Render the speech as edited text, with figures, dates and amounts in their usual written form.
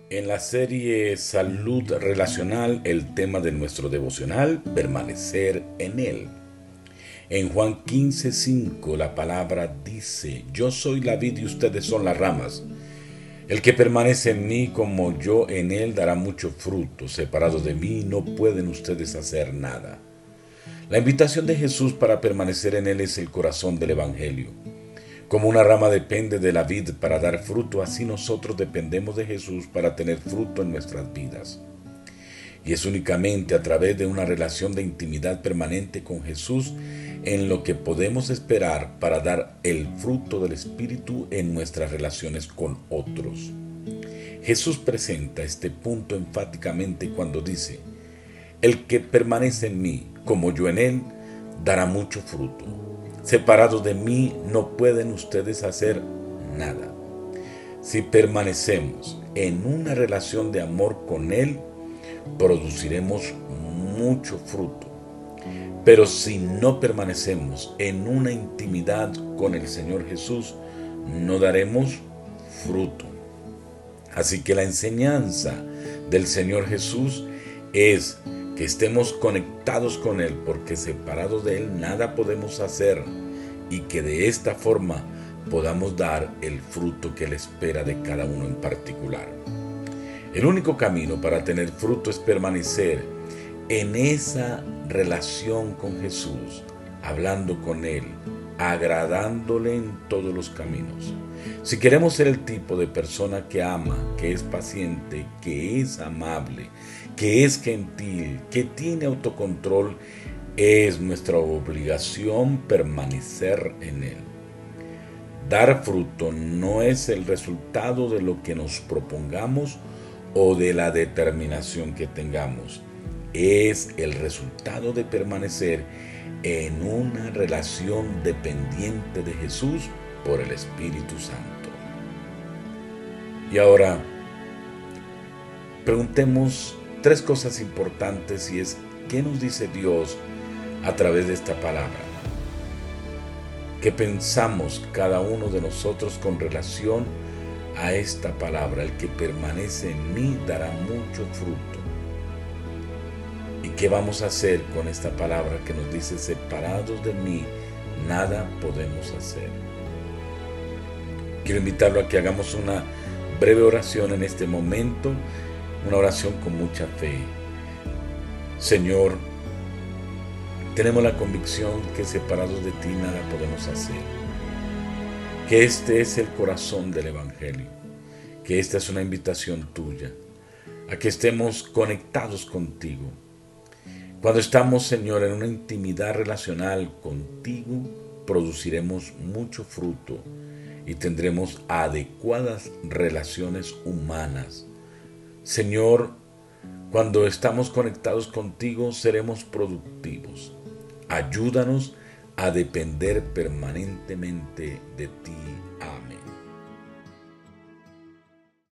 En la serie Salud Relacional, el tema de nuestro devocional, permanecer en Él. En Juan 15:5 la palabra dice: Yo soy la vid y ustedes son las ramas. El que permanece en mí como yo en él dará mucho fruto. Separados de mí no pueden ustedes hacer nada. La invitación de Jesús para permanecer en él es el corazón del Evangelio. Como una rama depende de la vid para dar fruto, así nosotros dependemos de Jesús para tener fruto en nuestras vidas. Y es únicamente a través de una relación de intimidad permanente con Jesús en lo que podemos esperar para dar el fruto del Espíritu en nuestras relaciones con otros. Jesús presenta este punto enfáticamente cuando dice: El que permanece en mí, como yo en él, dará mucho fruto. Separados de mí no pueden ustedes hacer nada. Si permanecemos en una relación de amor con él, produciremos mucho fruto. Pero si no permanecemos en una intimidad con el Señor Jesús, no daremos fruto. Así que la enseñanza del Señor Jesús es que estemos conectados con Él, porque separados de Él nada podemos hacer, y que de esta forma podamos dar el fruto que Él espera de cada uno en particular. El único camino para tener fruto es permanecer en esa relación con Jesús, hablando con Él, agradándole en todos los caminos. Si queremos ser el tipo de persona que ama, que es paciente, que es amable, que es gentil, que tiene autocontrol, es nuestra obligación permanecer en Él. Dar fruto no es el resultado de lo que nos propongamos o de la determinación que tengamos. Es el resultado de permanecer en una relación dependiente de Jesús por el Espíritu Santo. Y ahora, preguntemos tres cosas importantes, y es: ¿qué nos dice Dios a través de esta palabra? ¿Qué pensamos cada uno de nosotros con relación a esta palabra? El que permanece en mí dará mucho fruto. ¿Y qué vamos a hacer con esta palabra que nos dice: separados de mí nada podemos hacer? Quiero invitarlo a que hagamos una breve oración en este momento, una oración con mucha fe. Señor, tenemos la convicción que separados de ti nada podemos hacer, que este es el corazón del Evangelio, que esta es una invitación tuya a que estemos conectados contigo. Cuando estamos, Señor, en una intimidad relacional contigo, produciremos mucho fruto y tendremos adecuadas relaciones humanas. Señor, cuando estamos conectados contigo, seremos productivos. Ayúdanos a depender permanentemente de ti. Amén.